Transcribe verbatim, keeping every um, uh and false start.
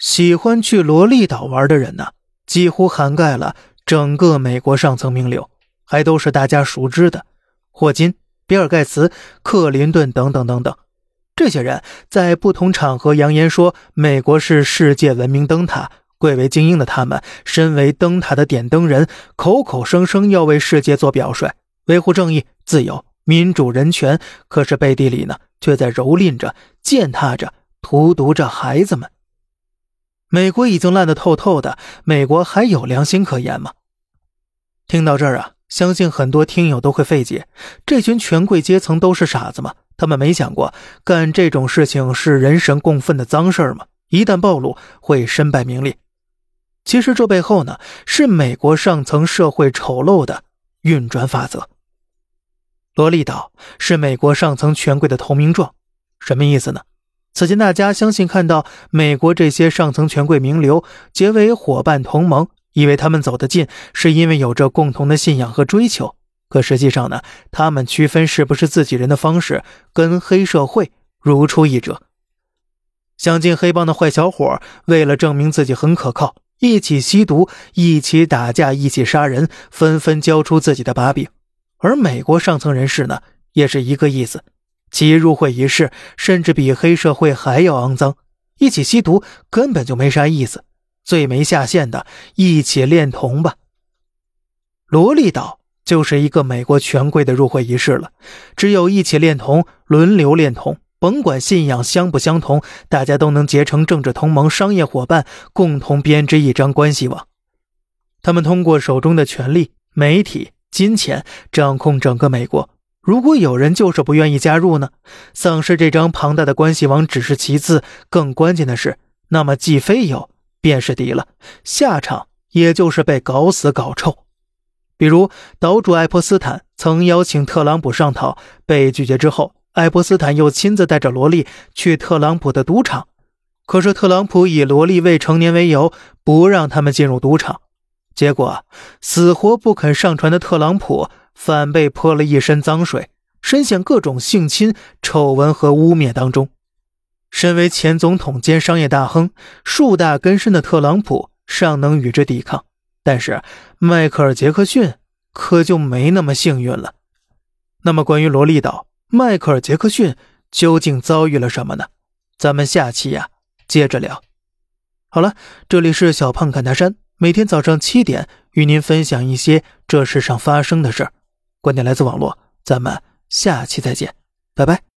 喜欢去罗利岛玩的人呢，几乎涵盖了整个美国上层名流，还都是大家熟知的霍金、比尔盖茨、克林顿等等等等。这些人在不同场合扬言说美国是世界文明灯塔，贵为精英的他们身为灯塔的点灯人，口口声声要为世界做表率，维护正义、自由、民主、人权，可是背地里呢，却在蹂躏着、践踏着、荼毒着孩子们。美国已经烂得透透的，美国还有良心可言吗？听到这儿啊，相信很多听友都会费解，这群权贵阶层都是傻子吗？他们没想过干这种事情是人神共愤的脏事吗？一旦暴露会身败名裂。其实这背后呢，是美国上层社会丑陋的运转法则。罗利岛是美国上层权贵的投名状，什么意思呢？此前大家相信看到美国这些上层权贵名流结为伙伴同盟，以为他们走得近是因为有着共同的信仰和追求，可实际上呢，他们区分是不是自己人的方式跟黑社会如出一辙。想进黑帮的坏小伙为了证明自己很可靠，一起吸毒，一起打架，一起杀人，纷纷交出自己的把柄。而美国上层人士呢，也是一个意思，其入会仪式甚至比黑社会还要肮脏，一起吸毒根本就没啥意思，最没下限的一起恋童吧。罗利岛就是一个美国权贵的入会仪式了，只有一起恋童，轮流恋童，甭管信仰相不相同，大家都能结成政治同盟、商业伙伴，共同编织一张关系网。他们通过手中的权力、媒体、金钱掌控整个美国。如果有人就是不愿意加入呢？丧失这张庞大的关系网只是其次，更关键的是，那么既非友便是敌了，下场也就是被搞死搞臭。比如岛主爱泼斯坦曾邀请特朗普上岛，被拒绝之后，爱泼斯坦又亲自带着罗莉去特朗普的赌场，可是特朗普以罗莉未成年为由，不让他们进入赌场。结果死活不肯上船的特朗普反被泼了一身脏水，深陷各种性侵、丑闻和污蔑当中。身为前总统兼商业大亨，树大根深的特朗普尚能与之抵抗，但是迈克尔·杰克逊可就没那么幸运了。那么关于罗利岛，迈克尔·杰克逊究竟遭遇了什么呢？咱们下期呀、啊、接着聊。好了，这里是小胖侃大山，每天早上七点与您分享一些这世上发生的事儿。观点来自网络，咱们下期再见，拜拜。